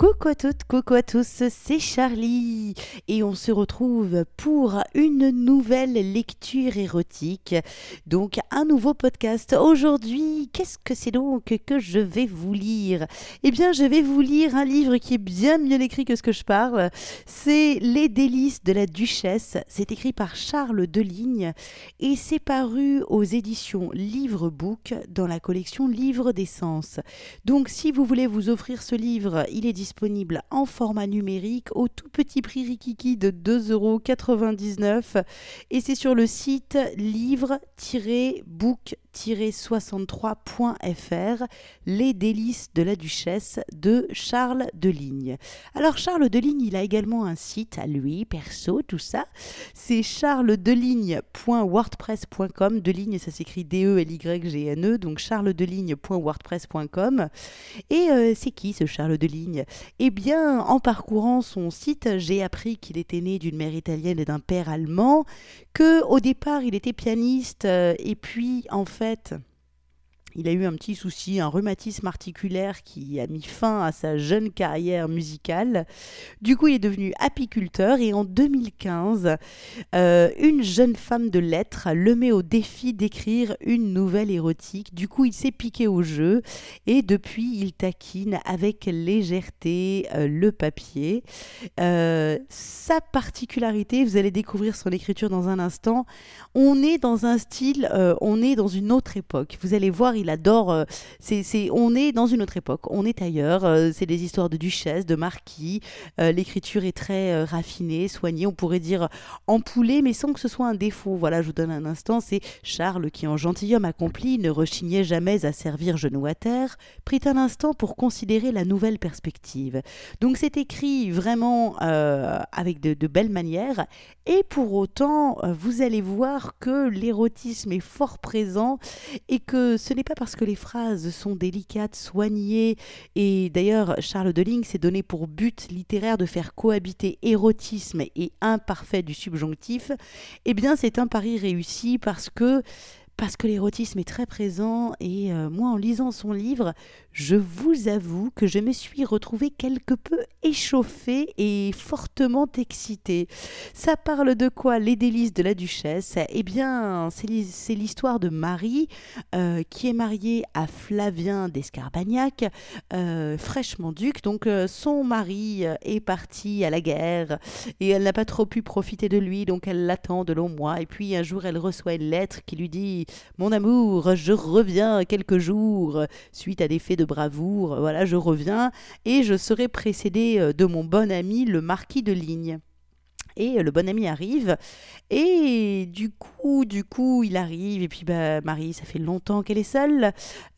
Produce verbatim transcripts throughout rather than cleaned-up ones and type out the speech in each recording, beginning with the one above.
Coucou à toutes, coucou à tous, c'est Charlie et on se retrouve pour une nouvelle lecture érotique, donc un nouveau podcast. Aujourd'hui, qu'est-ce que c'est donc que je vais vous lire? Eh bien, je vais vous lire un livre qui est bien mieux écrit que ce que je parle. C'est Les délices de la duchesse. C'est écrit par Charles Deligne et c'est paru aux éditions Livre Book dans la collection Livres d'essence. Donc, si vous voulez vous offrir ce livre, il est disponible en format numérique au tout petit prix rikiki de deux euros quatre-vingt-dix-neuf et c'est sur le site livre-book soixante-trois point f r, Les délices de la duchesse de Charles Deligne. Alors Charles Deligne, il a également un site à lui, perso, tout ça. C'est charlesdeligne point wordpress point com. Deligne, ça s'écrit D E L Y G N E, donc charlesdeligne point wordpress point com. Et euh, c'est qui ce Charles Deligne? Eh bien, en parcourant son site, j'ai appris qu'il était né d'une mère italienne et d'un père allemand, que au départ il était pianiste euh, et puis en fait il a eu un petit souci, un rhumatisme articulaire qui a mis fin à sa jeune carrière musicale. Du coup, il est devenu apiculteur et en deux mille quinze, euh, une jeune femme de lettres le met au défi d'écrire une nouvelle érotique. Du coup, il s'est piqué au jeu et depuis, il taquine avec légèreté euh, le papier. Euh, sa particularité, vous allez découvrir son écriture dans un instant, on est dans un style, euh, on est dans une autre époque. Vous allez voir, il adore, euh, c'est, c'est, on est dans une autre époque, on est ailleurs, euh, c'est des histoires de duchesse, de marquis, euh, l'écriture est très euh, raffinée, soignée, on pourrait dire ampoulée, mais sans que ce soit un défaut. Voilà, je vous donne un instant, c'est Charles qui, en gentilhomme accompli, ne rechignait jamais à servir genou à terre, prit un instant pour considérer la nouvelle perspective. Donc c'est écrit vraiment euh, avec de, de belles manières, et pour autant, euh, vous allez voir que l'érotisme est fort présent et que ce n'est pas parce que les phrases sont délicates, soignées, et d'ailleurs Charles Deligne s'est donné pour but littéraire de faire cohabiter érotisme et imparfait du subjonctif, eh bien c'est un pari réussi parce que parce que l'érotisme est très présent et euh, moi en lisant son livre, je vous avoue que je me suis retrouvée quelque peu échauffée et fortement excitée. Ça parle de quoi? Les délices de la duchesse. Eh bien, c'est, c'est l'histoire de Marie euh, qui est mariée à Flavien d'Escarbagnac, euh, fraîchement duc. Donc euh, son mari euh, est parti à la guerre et elle n'a pas trop pu profiter de lui, donc elle l'attend de longs mois. Et puis un jour, elle reçoit une lettre qui lui dit: mon amour, je reviens quelques jours, suite à des faits de bravoure, voilà, je reviens, et je serai précédée de mon bon ami, le marquis de Ligne. Et le bon ami arrive, et du coup, du coup, il arrive, et puis bah, Marie, ça fait longtemps qu'elle est seule,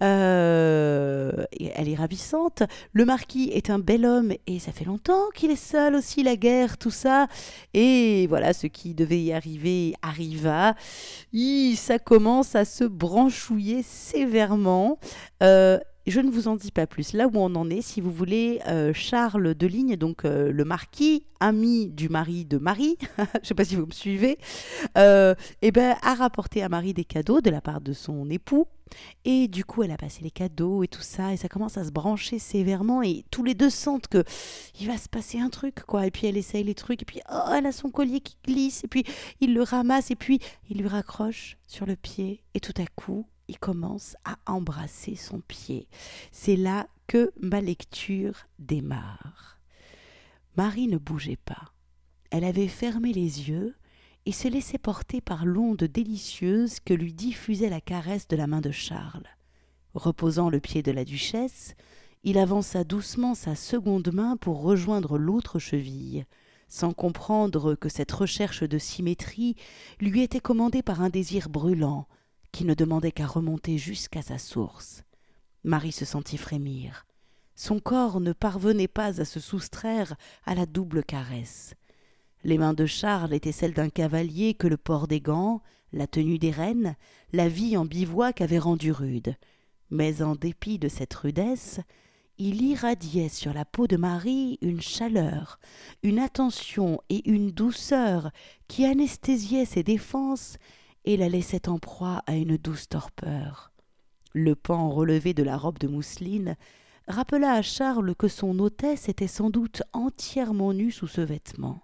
euh, et elle est ravissante. Le marquis est un bel homme, et ça fait longtemps qu'il est seul aussi, la guerre, tout ça. Et voilà, ce qui devait y arriver arriva. Et ça commence à se branchouiller sévèrement. Euh, Je ne vous en dis pas plus. Là où on en est, si vous voulez, euh, Charles Deligne, donc euh, le marquis, ami du mari de Marie, je ne sais pas si vous me suivez, euh, eh ben, a rapporté à Marie des cadeaux de la part de son époux. Et du coup, elle a passé les cadeaux et tout ça, et ça commence à se brancher sévèrement, et tous les deux sentent que il va se passer un truc, quoi. Et puis elle essaye les trucs, et puis oh, elle a son collier qui glisse, et puis il le ramasse, et puis il lui raccroche sur le pied, et tout à coup, il commence à embrasser son pied. C'est là que ma lecture démarre. Marie ne bougeait pas. Elle avait fermé les yeux et se laissait porter par l'onde délicieuse que lui diffusait la caresse de la main de Charles. Reposant le pied de la duchesse, il avança doucement sa seconde main pour rejoindre l'autre cheville, sans comprendre que cette recherche de symétrie lui était commandée par un désir brûlant, qui ne demandait qu'à remonter jusqu'à sa source. Marie se sentit frémir. Son corps ne parvenait pas à se soustraire à la double caresse. Les mains de Charles étaient celles d'un cavalier que le port des gants, la tenue des rênes, la vie en bivouac avaient rendu rude. Mais en dépit de cette rudesse, il irradiait sur la peau de Marie une chaleur, une attention et une douceur qui anesthésiaient ses défenses et la laissait en proie à une douce torpeur. Le pan relevé de la robe de mousseline rappela à Charles que son hôtesse était sans doute entièrement nue sous ce vêtement.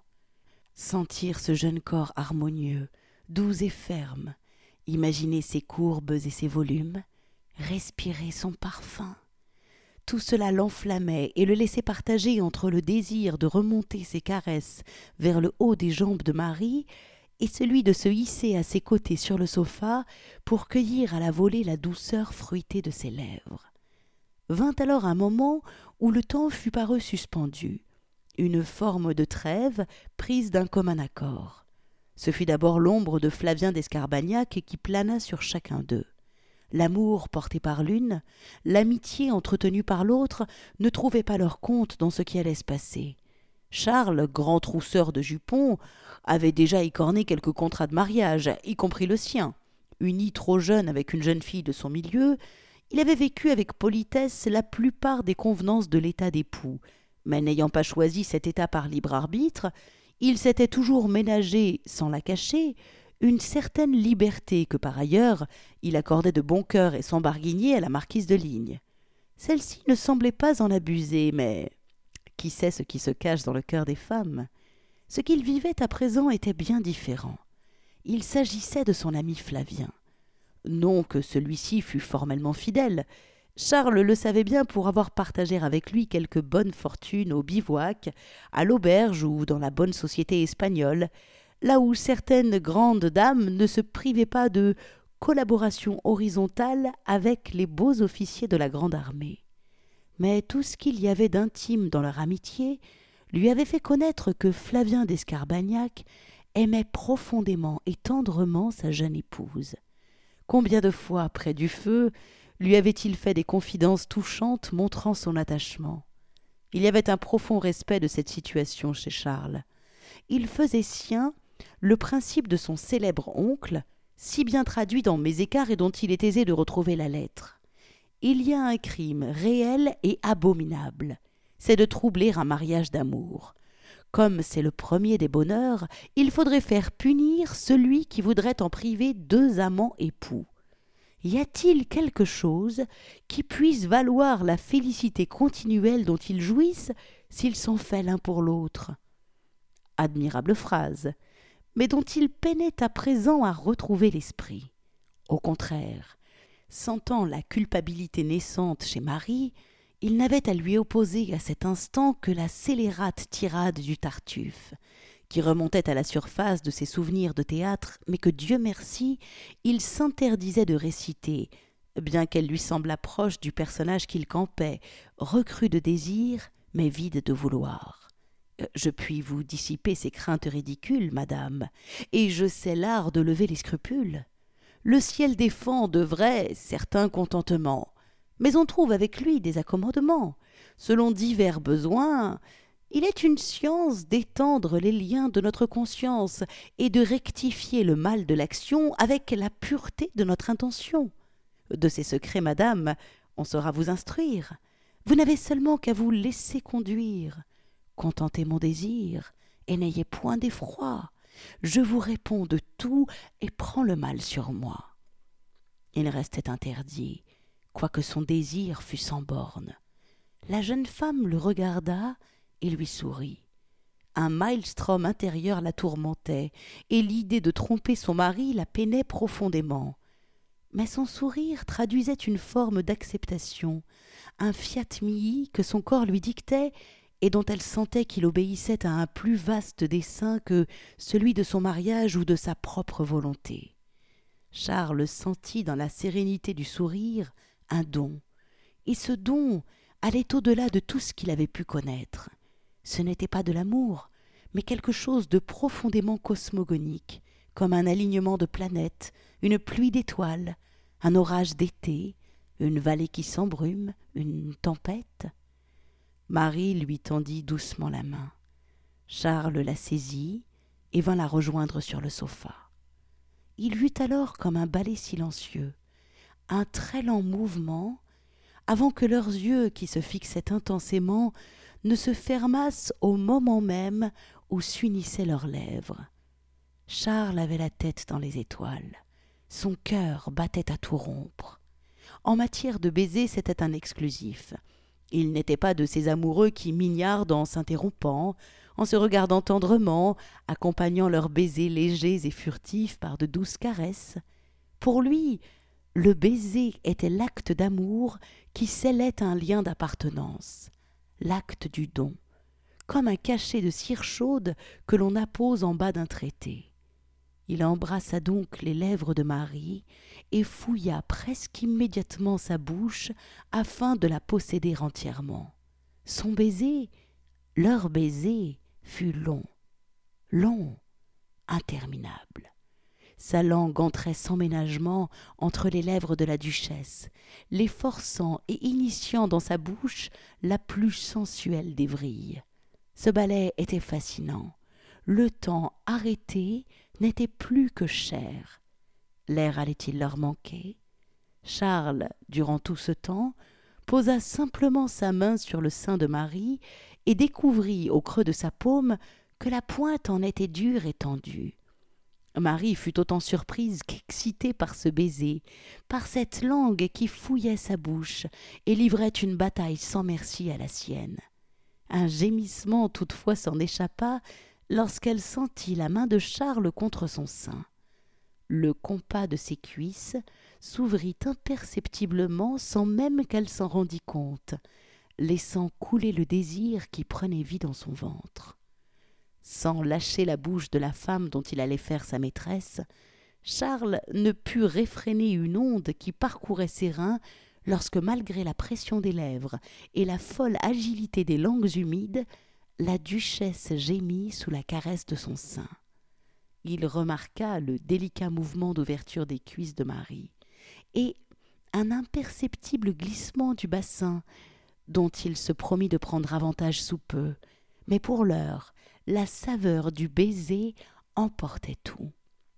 Sentir ce jeune corps harmonieux, doux et ferme, imaginer ses courbes et ses volumes, respirer son parfum. Tout cela l'enflammait et le laissait partager entre le désir de remonter ses caresses vers le haut des jambes de Marie et celui de se hisser à ses côtés sur le sofa pour cueillir à la volée la douceur fruitée de ses lèvres. Vint alors un moment où le temps fut par eux suspendu, une forme de trêve prise d'un commun accord. Ce fut d'abord l'ombre de Flavien d'Escarbagnac qui plana sur chacun d'eux. L'amour porté par l'une, l'amitié entretenue par l'autre ne trouvaient pas leur compte dans ce qui allait se passer. Charles, grand trousseur de jupons, avait déjà écorné quelques contrats de mariage, y compris le sien. Uni trop jeune avec une jeune fille de son milieu, il avait vécu avec politesse la plupart des convenances de l'état d'époux, mais n'ayant pas choisi cet état par libre arbitre, il s'était toujours ménagé, sans la cacher, une certaine liberté que par ailleurs il accordait de bon cœur et sans barguigner à la marquise de Ligne. Celle-ci ne semblait pas en abuser, mais qui sait ce qui se cache dans le cœur des femmes? Ce qu'il vivait à présent était bien différent. Il s'agissait de son ami Flavien. Non que celui-ci fût formellement fidèle. Charles le savait bien pour avoir partagé avec lui quelques bonnes fortunes au bivouac, à l'auberge ou dans la bonne société espagnole, là où certaines grandes dames ne se privaient pas de collaboration horizontale avec les beaux officiers de la grande armée. Mais tout ce qu'il y avait d'intime dans leur amitié lui avait fait connaître que Flavien d'Escarbagnac aimait profondément et tendrement sa jeune épouse. Combien de fois, près du feu, lui avait-il fait des confidences touchantes montrant son attachement? Il y avait un profond respect de cette situation chez Charles. Il faisait sien le principe de son célèbre oncle, si bien traduit dans Mes écarts et dont il est aisé de retrouver la lettre. Il y a un crime réel et abominable, c'est de troubler un mariage d'amour. Comme c'est le premier des bonheurs, il faudrait faire punir celui qui voudrait en priver deux amants époux. Y a-t-il quelque chose qui puisse valoir la félicité continuelle dont ils jouissent s'ils sont faits l'un pour l'autre? Admirable phrase, mais dont il peinait à présent à retrouver l'esprit. Au contraire, sentant la culpabilité naissante chez Marie, il n'avait à lui opposer à cet instant que la scélérate tirade du Tartuffe, qui remontait à la surface de ses souvenirs de théâtre, mais que, Dieu merci, il s'interdisait de réciter, bien qu'elle lui semblât proche du personnage qu'il campait, recru de désir, mais vide de vouloir. « Je puis vous dissiper ces craintes ridicules, madame, et je sais l'art de lever les scrupules. Le ciel défend de vrais certains contentements, mais on trouve avec lui des accommodements. Selon divers besoins, il est une science d'étendre les liens de notre conscience et de rectifier le mal de l'action avec la pureté de notre intention. De ces secrets, madame, on saura vous instruire. Vous n'avez seulement qu'à vous laisser conduire. Contentez mon désir et n'ayez point d'effroi. Je vous réponds de tout et prends le mal sur moi. » Il restait interdit, quoique son désir fût sans bornes. La jeune femme le regarda et lui sourit. Un maelstrom intérieur la tourmentait, et l'idée de tromper son mari la peinait profondément. Mais son sourire traduisait une forme d'acceptation, un fiat mihi que son corps lui dictait et dont elle sentait qu'il obéissait à un plus vaste dessein que celui de son mariage ou de sa propre volonté. Charles sentit dans la sérénité du sourire un don, et ce don allait au-delà de tout ce qu'il avait pu connaître. Ce n'était pas de l'amour, mais quelque chose de profondément cosmogonique, comme un alignement de planètes, une pluie d'étoiles, un orage d'été, une vallée qui s'embrume, une tempête. Marie lui tendit doucement la main. Charles la saisit et vint la rejoindre sur le sofa. Il y eut alors comme un ballet silencieux, un très lent mouvement, avant que leurs yeux, qui se fixaient intensément, ne se fermassent au moment même où s'unissaient leurs lèvres. Charles avait la tête dans les étoiles. Son cœur battait à tout rompre. En matière de baisers, c'était un exclusif. Il n'était pas de ces amoureux qui mignardent en s'interrompant, en se regardant tendrement, accompagnant leurs baisers légers et furtifs par de douces caresses. Pour lui, le baiser était l'acte d'amour qui scellait un lien d'appartenance, l'acte du don, comme un cachet de cire chaude que l'on appose en bas d'un traité. Il embrassa donc les lèvres de Marie et fouilla presque immédiatement sa bouche afin de la posséder entièrement. Son baiser, leur baiser, fut long, long, interminable. Sa langue entrait sans ménagement entre les lèvres de la duchesse, les forçant et initiant dans sa bouche la plus sensuelle des vrilles. Ce ballet était fascinant. Le temps arrêté n'était plus que cher. L'air allait-il leur manquer? Charles, durant tout ce temps, posa simplement sa main sur le sein de Marie et découvrit au creux de sa paume que la pointe en était dure et tendue. Marie fut autant surprise qu'excitée par ce baiser, par cette langue qui fouillait sa bouche et livrait une bataille sans merci à la sienne. Un gémissement toutefois s'en échappa lorsqu'elle sentit la main de Charles contre son sein. Le compas de ses cuisses s'ouvrit imperceptiblement sans même qu'elle s'en rendît compte, laissant couler le désir qui prenait vie dans son ventre. Sans lâcher la bouche de la femme dont il allait faire sa maîtresse, Charles ne put réfréner une onde qui parcourait ses reins lorsque, malgré la pression des lèvres et la folle agilité des langues humides, la duchesse gémit sous la caresse de son sein. Il remarqua le délicat mouvement d'ouverture des cuisses de Marie et un imperceptible glissement du bassin dont il se promit de prendre avantage sous peu, mais pour l'heure, la saveur du baiser emportait tout.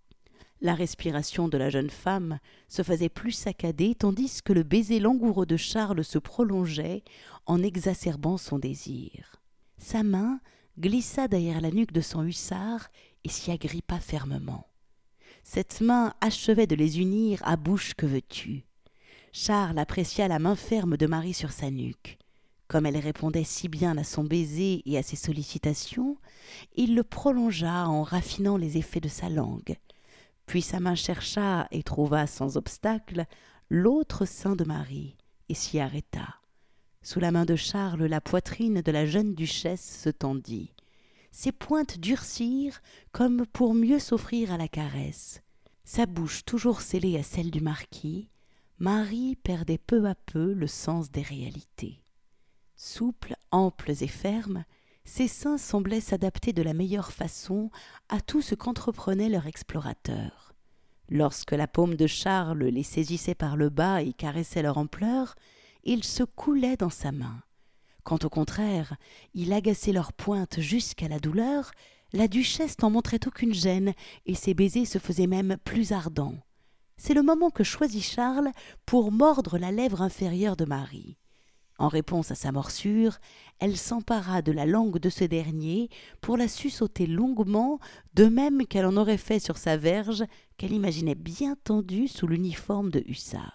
La respiration de la jeune femme se faisait plus saccadée, tandis que le baiser langoureux de Charles se prolongeait en exacerbant son désir. Sa main glissa derrière la nuque de son hussard et s'y agrippa fermement. Cette main achevait de les unir à bouche que veux-tu. Charles apprécia la main ferme de Marie sur sa nuque. Comme elle répondait si bien à son baiser et à ses sollicitations, il le prolongea en raffinant les effets de sa langue. Puis sa main chercha et trouva sans obstacle l'autre sein de Marie et s'y arrêta. Sous la main de Charles, la poitrine de la jeune duchesse se tendit. Ses pointes durcirent comme pour mieux s'offrir à la caresse. Sa bouche toujours scellée à celle du marquis, Marie perdait peu à peu le sens des réalités. Souples, amples et fermes, ses seins semblaient s'adapter de la meilleure façon à tout ce qu'entreprenait leur explorateur. Lorsque la paume de Charles les saisissait par le bas et caressait leur ampleur, ils se coulaient dans sa main. Quand au contraire, il agaçait leurs pointes jusqu'à la douleur, la duchesse n'en montrait aucune gêne et ses baisers se faisaient même plus ardents. C'est le moment que choisit Charles pour mordre la lèvre inférieure de Marie. En réponse à sa morsure, elle s'empara de la langue de ce dernier pour la suçoter longuement, de même qu'elle en aurait fait sur sa verge qu'elle imaginait bien tendue sous l'uniforme de hussard.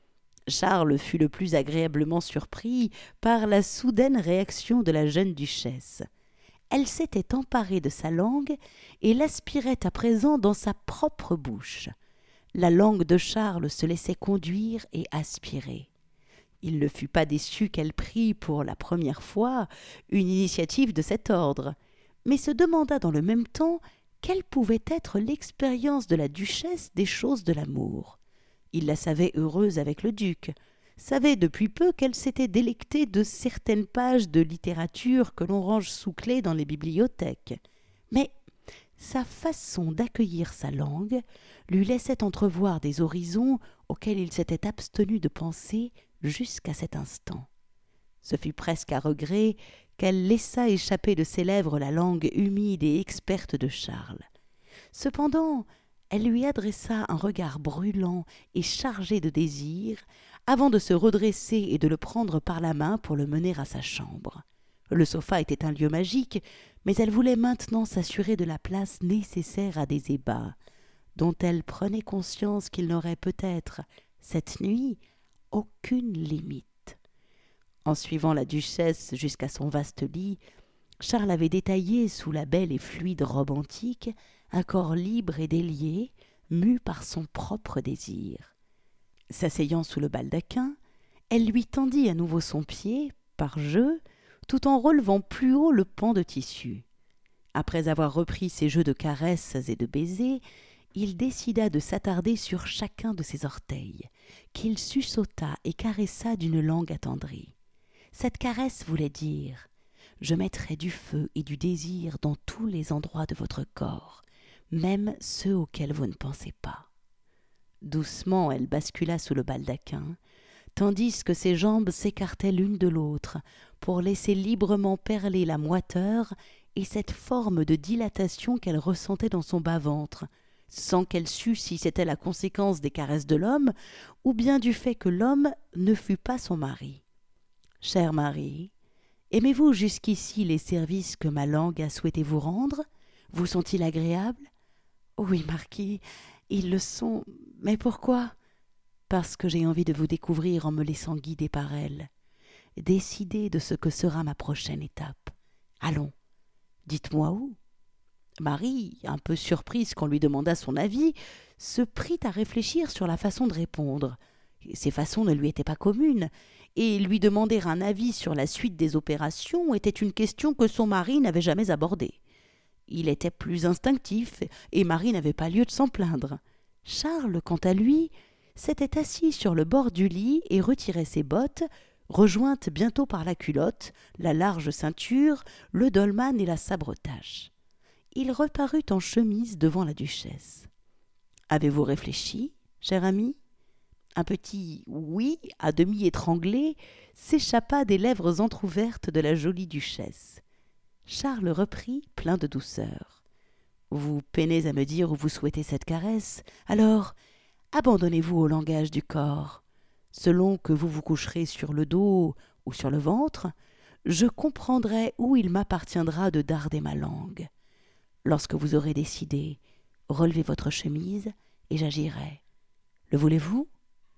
Charles fut le plus agréablement surpris par la soudaine réaction de la jeune duchesse. Elle s'était emparée de sa langue et l'aspirait à présent dans sa propre bouche. La langue de Charles se laissait conduire et aspirer. Il ne fut pas déçu qu'elle prît pour la première fois une initiative de cet ordre, mais se demanda dans le même temps quelle pouvait être l'expérience de la duchesse des choses de l'amour. Il la savait heureuse avec le duc, savait depuis peu qu'elle s'était délectée de certaines pages de littérature que l'on range sous clé dans les bibliothèques. Mais sa façon d'accueillir sa langue lui laissait entrevoir des horizons auxquels il s'était abstenu de penser jusqu'à cet instant. Ce fut presque à regret qu'elle laissa échapper de ses lèvres la langue humide et experte de Charles. Cependant, elle lui adressa un regard brûlant et chargé de désir, avant de se redresser et de le prendre par la main pour le mener à sa chambre. Le sofa était un lieu magique, mais elle voulait maintenant s'assurer de la place nécessaire à des ébats, dont elle prenait conscience qu'il n'aurait peut-être, cette nuit, aucune limite. En suivant la duchesse jusqu'à son vaste lit, Charles avait détaillé sous la belle et fluide robe antique un corps libre et délié, mu par son propre désir. S'asseyant sous le baldaquin, elle lui tendit à nouveau son pied, par jeu, tout en relevant plus haut le pan de tissu. Après avoir repris ses jeux de caresses et de baisers, il décida de s'attarder sur chacun de ses orteils, qu'il suçota et caressa d'une langue attendrie. Cette caresse voulait dire « Je mettrai du feu et du désir dans tous les endroits de votre corps, même ceux auxquels vous ne pensez pas. » Doucement, elle bascula sous le baldaquin, tandis que ses jambes s'écartaient l'une de l'autre pour laisser librement perler la moiteur et cette forme de dilatation qu'elle ressentait dans son bas-ventre, sans qu'elle sût si c'était la conséquence des caresses de l'homme ou bien du fait que l'homme ne fût pas son mari. « Cher mari, aimez-vous jusqu'ici les services que ma langue a souhaité vous rendre? Vous sont-ils agréables? »« Oui, marquis, ils le sont. Mais pourquoi? » ?»« Parce que j'ai envie de vous découvrir en me laissant guider par elle. Décidez de ce que sera ma prochaine étape. Allons, dites-moi où. » Marie, un peu surprise qu'on lui demandât son avis, se prit à réfléchir sur la façon de répondre. Ces façons ne lui étaient pas communes, et lui demander un avis sur la suite des opérations était une question que son mari n'avait jamais abordée. Il était plus instinctif, et Marie n'avait pas lieu de s'en plaindre. Charles, quant à lui, s'était assis sur le bord du lit et retirait ses bottes, rejointes bientôt par la culotte, la large ceinture, le dolman et la sabretache. Il reparut en chemise devant la duchesse. « Avez-vous réfléchi, cher ami ?» Un petit « oui » à demi étranglé s'échappa des lèvres entr'ouvertes de la jolie duchesse. Charles reprit, plein de douceur. « Vous peinez à me dire où vous souhaitez cette caresse, alors abandonnez-vous au langage du corps. Selon que vous vous coucherez sur le dos ou sur le ventre, je comprendrai où il m'appartiendra de darder ma langue. Lorsque vous aurez décidé, relevez votre chemise et j'agirai. Le voulez-vous »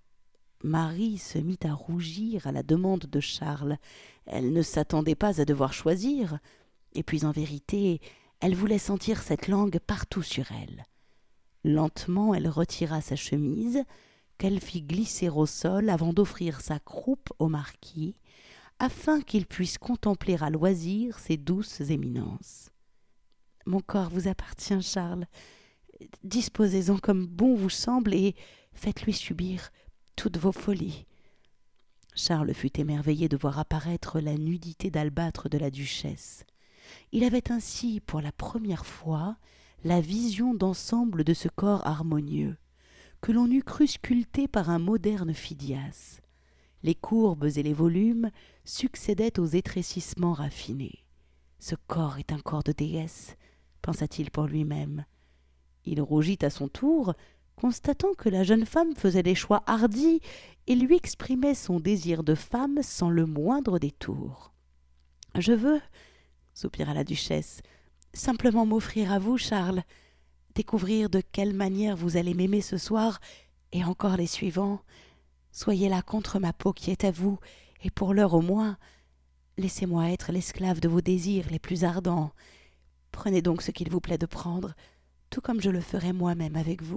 Marie se mit à rougir à la demande de Charles. Elle ne s'attendait pas à devoir choisir, et puis en vérité, elle voulait sentir cette langue partout sur elle. Lentement, elle retira sa chemise, qu'elle fit glisser au sol avant d'offrir sa croupe au marquis, afin qu'il puisse contempler à loisir ses douces éminences. « Mon corps vous appartient, Charles. Disposez-en comme bon vous semble et faites-lui subir toutes vos folies. » Charles fut émerveillé de voir apparaître la nudité d'albâtre de la duchesse. Il avait ainsi, pour la première fois, la vision d'ensemble de ce corps harmonieux, que l'on eût cru sculpté par un moderne Phidias. Les courbes et les volumes succédaient aux étrécissements raffinés. « Ce corps est un corps de déesse », pensa-t-il pour lui-même. Il rougit à son tour, constatant que la jeune femme faisait des choix hardis et lui exprimait son désir de femme sans le moindre détour. « Je veux, » soupira la duchesse, « simplement m'offrir à vous, Charles, découvrir de quelle manière vous allez m'aimer ce soir et encore les suivants. Soyez là contre ma peau qui est à vous, et pour l'heure au moins, laissez-moi être l'esclave de vos désirs les plus ardents. Prenez donc ce qu'il vous plaît de prendre, tout comme je le ferai moi-même avec vous. »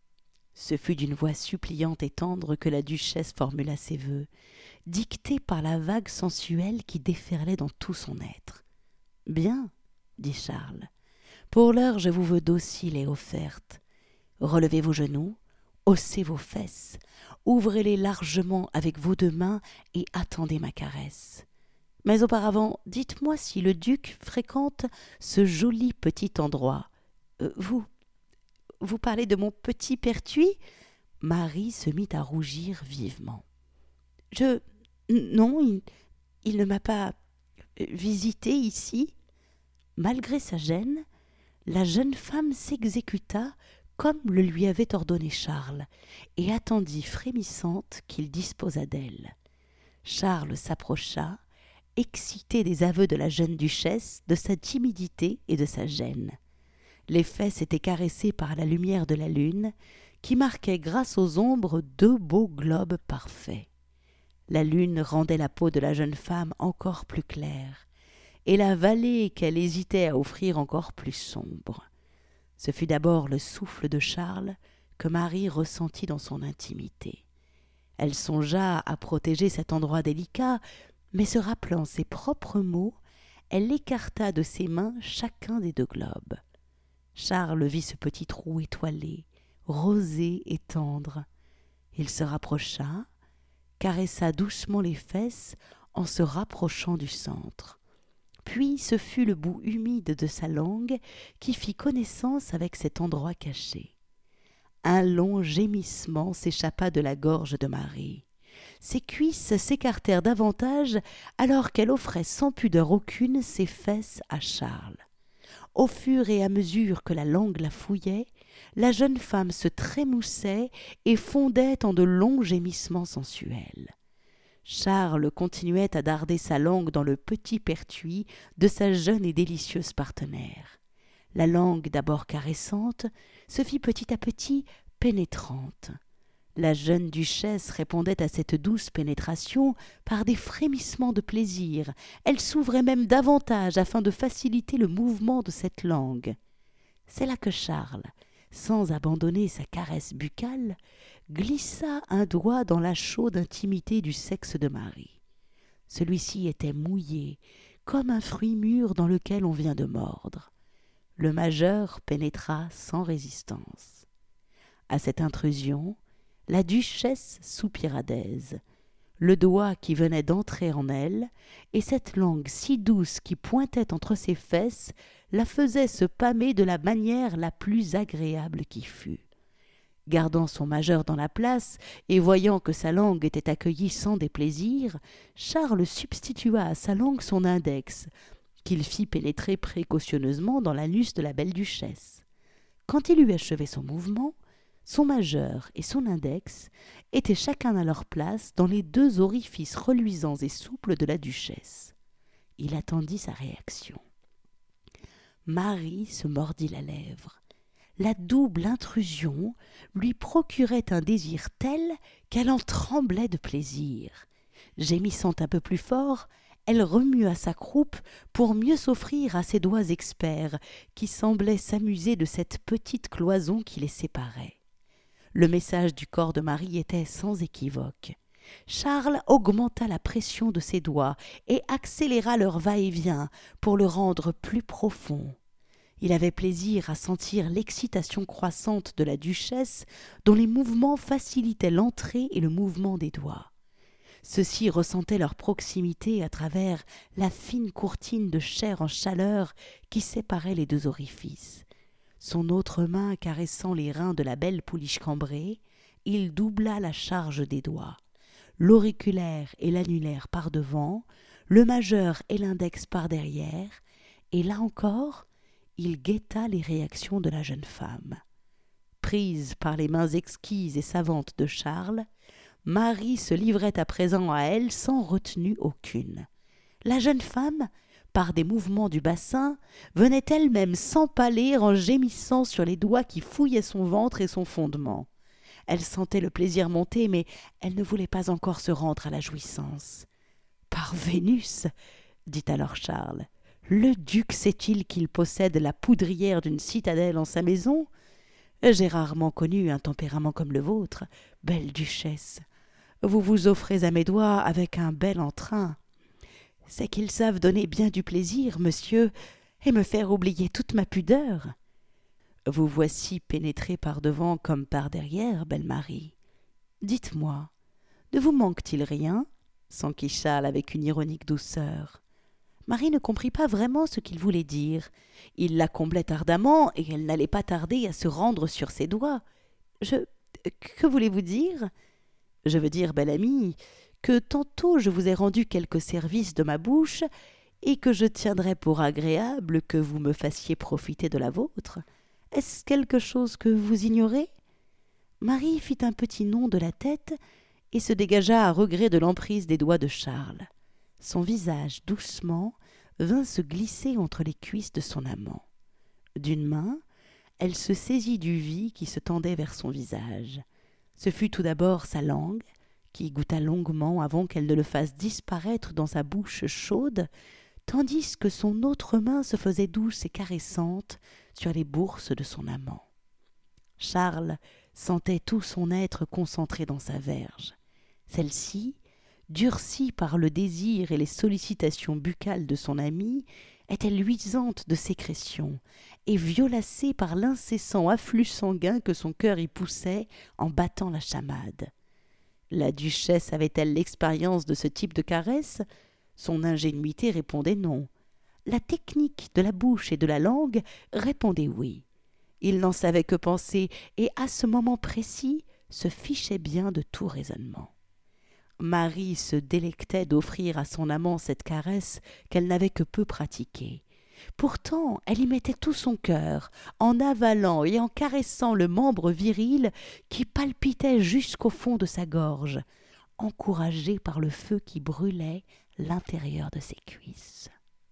Ce fut d'une voix suppliante et tendre que la duchesse formula ses vœux, dictée par la vague sensuelle qui déferlait dans tout son être. « Bien, » dit Charles, « pour l'heure je vous veux docile et offerte. Relevez vos genoux, haussez vos fesses, ouvrez-les largement avec vos deux mains et attendez ma caresse. Mais auparavant, dites-moi si le duc fréquente ce joli petit endroit. Euh, vous, vous parlez de mon petit Pertuis ?» Marie se mit à rougir vivement. « Je... non, il, il ne m'a pas visité ici. » Malgré sa gêne, la jeune femme s'exécuta comme le lui avait ordonné Charles, et attendit frémissante qu'il disposât d'elle. Charles s'approcha, excité des aveux de la jeune duchesse, de sa timidité et de sa gêne. Les fesses étaient caressées par la lumière de la lune, qui marquait grâce aux ombres deux beaux globes parfaits. La lune rendait la peau de la jeune femme encore plus claire, et la vallée qu'elle hésitait à offrir encore plus sombre. Ce fut d'abord le souffle de Charles que Marie ressentit dans son intimité. Elle songea à protéger cet endroit délicat, mais se rappelant ses propres mots, elle écarta de ses mains chacun des deux globes. Charles vit ce petit trou étoilé, rosé et tendre. Il se rapprocha, caressa doucement les fesses en se rapprochant du centre. Puis ce fut le bout humide de sa langue qui fit connaissance avec cet endroit caché. Un long gémissement s'échappa de la gorge de Marie. Ses cuisses s'écartèrent davantage alors qu'elle offrait sans pudeur aucune ses fesses à Charles. Au fur et à mesure que la langue la fouillait, la jeune femme se trémoussait et fondait en de longs gémissements sensuels. Charles continuait à darder sa langue dans le petit pertuis de sa jeune et délicieuse partenaire. La langue, d'abord caressante, se fit petit à petit pénétrante. La jeune duchesse répondait à cette douce pénétration par des frémissements de plaisir. Elle s'ouvrait même davantage afin de faciliter le mouvement de cette langue. C'est là que Charles, sans abandonner sa caresse buccale, glissa un doigt dans la chaude intimité du sexe de Marie. Celui-ci était mouillé, comme un fruit mûr dans lequel on vient de mordre. Le majeur pénétra sans résistance. À cette intrusion, la duchesse soupira d'aise. Le doigt qui venait d'entrer en elle, et cette langue si douce qui pointait entre ses fesses, la faisait se pâmer de la manière la plus agréable qui fût. Gardant son majeur dans la place, et voyant que sa langue était accueillie sans déplaisir, Charles substitua à sa langue son index, qu'il fit pénétrer précautionneusement dans l'anus de la belle duchesse. Quand il eut achevé son mouvement, son majeur et son index étaient chacun à leur place dans les deux orifices reluisants et souples de la duchesse. Il attendit sa réaction. Marie se mordit la lèvre. La double intrusion lui procurait un désir tel qu'elle en tremblait de plaisir. Gémissant un peu plus fort, elle remua sa croupe pour mieux s'offrir à ses doigts experts qui semblaient s'amuser de cette petite cloison qui les séparait. Le message du corps de Marie était sans équivoque. Charles augmenta la pression de ses doigts et accéléra leur va-et-vient pour le rendre plus profond. Il avait plaisir à sentir l'excitation croissante de la duchesse dont les mouvements facilitaient l'entrée et le mouvement des doigts. Ceux-ci ressentaient leur proximité à travers la fine courtine de chair en chaleur qui séparait les deux orifices. Son autre main caressant les reins de la belle pouliche cambrée, il doubla la charge des doigts, l'auriculaire et l'annulaire par devant, le majeur et l'index par derrière, et là encore, il guetta les réactions de la jeune femme. Prise par les mains exquises et savantes de Charles, Marie se livrait à présent à elle sans retenue aucune. La jeune femme, par des mouvements du bassin, venait elle-même s'empaler en gémissant sur les doigts qui fouillaient son ventre et son fondement. Elle sentait le plaisir monter, mais elle ne voulait pas encore se rendre à la jouissance. « Par Vénus !» dit alors Charles. « Le duc sait-il qu'il possède la poudrière d'une citadelle en sa maison ? J'ai rarement connu un tempérament comme le vôtre, belle duchesse. Vous vous offrez à mes doigts avec un bel entrain. C'est qu'ils savent donner bien du plaisir, monsieur, et me faire oublier toute ma pudeur. Vous voici pénétrée par devant comme par derrière, belle Marie. Dites-moi, ne vous manque-t-il rien ?» s'enquit Charles avec une ironique douceur. Marie ne comprit pas vraiment ce qu'il voulait dire. Il la comblait ardemment, et elle n'allait pas tarder à se rendre sur ses doigts. « Je... que voulez-vous dire ?»« Je veux dire, belle amie, que tantôt je vous ai rendu quelques services de ma bouche et que je tiendrais pour agréable que vous me fassiez profiter de la vôtre. Est-ce quelque chose que vous ignorez ?» Marie fit un petit nom de la tête et se dégagea à regret de l'emprise des doigts de Charles. Son visage, doucement, vint se glisser entre les cuisses de son amant. D'une main, elle se saisit du vis qui se tendait vers son visage. Ce fut tout d'abord sa langue, qui goûta longuement avant qu'elle ne le fasse disparaître dans sa bouche chaude, tandis que son autre main se faisait douce et caressante sur les bourses de son amant. Charles sentait tout son être concentré dans sa verge. Celle-ci, durcie par le désir et les sollicitations buccales de son ami, était luisante de sécrétion et violacée par l'incessant afflux sanguin que son cœur y poussait en battant la chamade. La duchesse avait-elle l'expérience de ce type de caresse ? Son ingénuité répondait non. La technique de la bouche et de la langue répondait oui. Il n'en savait que penser et à ce moment précis se fichait bien de tout raisonnement. Marie se délectait d'offrir à son amant cette caresse qu'elle n'avait que peu pratiquée. Pourtant, elle y mettait tout son cœur, en avalant et en caressant le membre viril qui palpitait jusqu'au fond de sa gorge, encouragé par le feu qui brûlait l'intérieur de ses cuisses.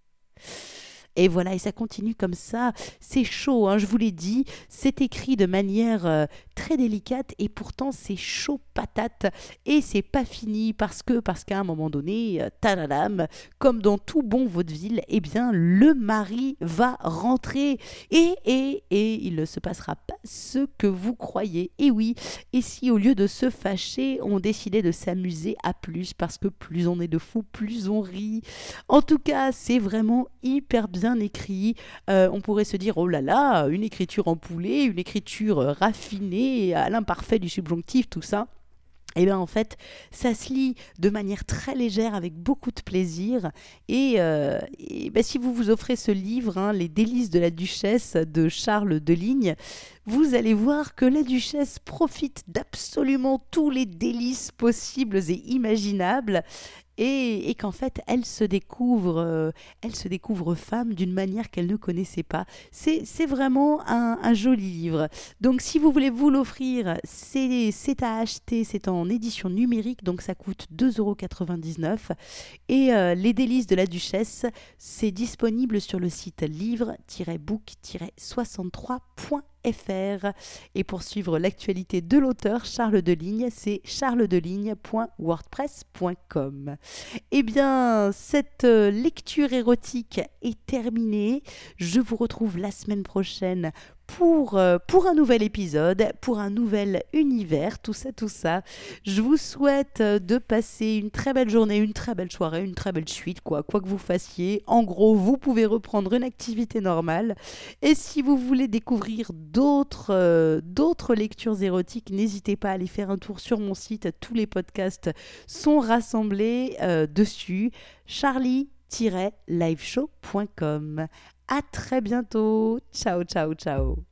Et voilà, et ça continue comme ça. C'est chaud, hein, je vous l'ai dit. C'est écrit de manière euh, très délicate et pourtant c'est chaud patate. Et c'est pas fini parce que, parce qu'à un moment donné, euh, tadadam, comme dans tout bon vaudeville, eh bien, le mari va rentrer. Et, et, et il ne se passera pas ce que vous croyez. Et oui, et si au lieu de se fâcher, on décidait de s'amuser à plus, parce que plus on est de fous, plus on rit. En tout cas, c'est vraiment hyper bien écrit. Euh, on pourrait se dire, oh là là, une écriture en poulet, une écriture raffinée, à l'imparfait du subjonctif, tout ça. Et bien en fait, ça se lit de manière très légère, avec beaucoup de plaisir. Et, euh, et ben, si vous vous offrez ce livre, hein, Les délices de la duchesse de Charles Deligne, vous allez voir que la duchesse profite d'absolument tous les délices possibles et imaginables. Et, et qu'en fait, elle se découvre, euh, elle se découvre femme d'une manière qu'elle ne connaissait pas. C'est, c'est vraiment un, un joli livre. Donc, si vous voulez vous l'offrir, c'est, c'est à acheter. C'est en édition numérique, donc ça coûte deux euros quatre-vingt-dix-neuf. Et euh, Les délices de la duchesse, c'est disponible sur le site livre tiret book tiret soixante-trois point f r. Et pour suivre l'actualité de l'auteur Charles Deligne, c'est charlesdeligne point wordpress point com. Eh bien, cette lecture érotique est terminée. Je vous retrouve la semaine prochaine pour, euh, pour un nouvel épisode, pour un nouvel univers, tout ça, tout ça. Je vous souhaite de passer une très belle journée, une très belle soirée, une très belle suite, quoi, quoi que vous fassiez. En gros, vous pouvez reprendre une activité normale. Et si vous voulez découvrir d'autres, euh, d'autres lectures érotiques, n'hésitez pas à aller faire un tour sur mon site. Tous les podcasts sont rassemblés euh, dessus, charlie tiret liveshow point com. À très bientôt. Ciao, ciao, ciao.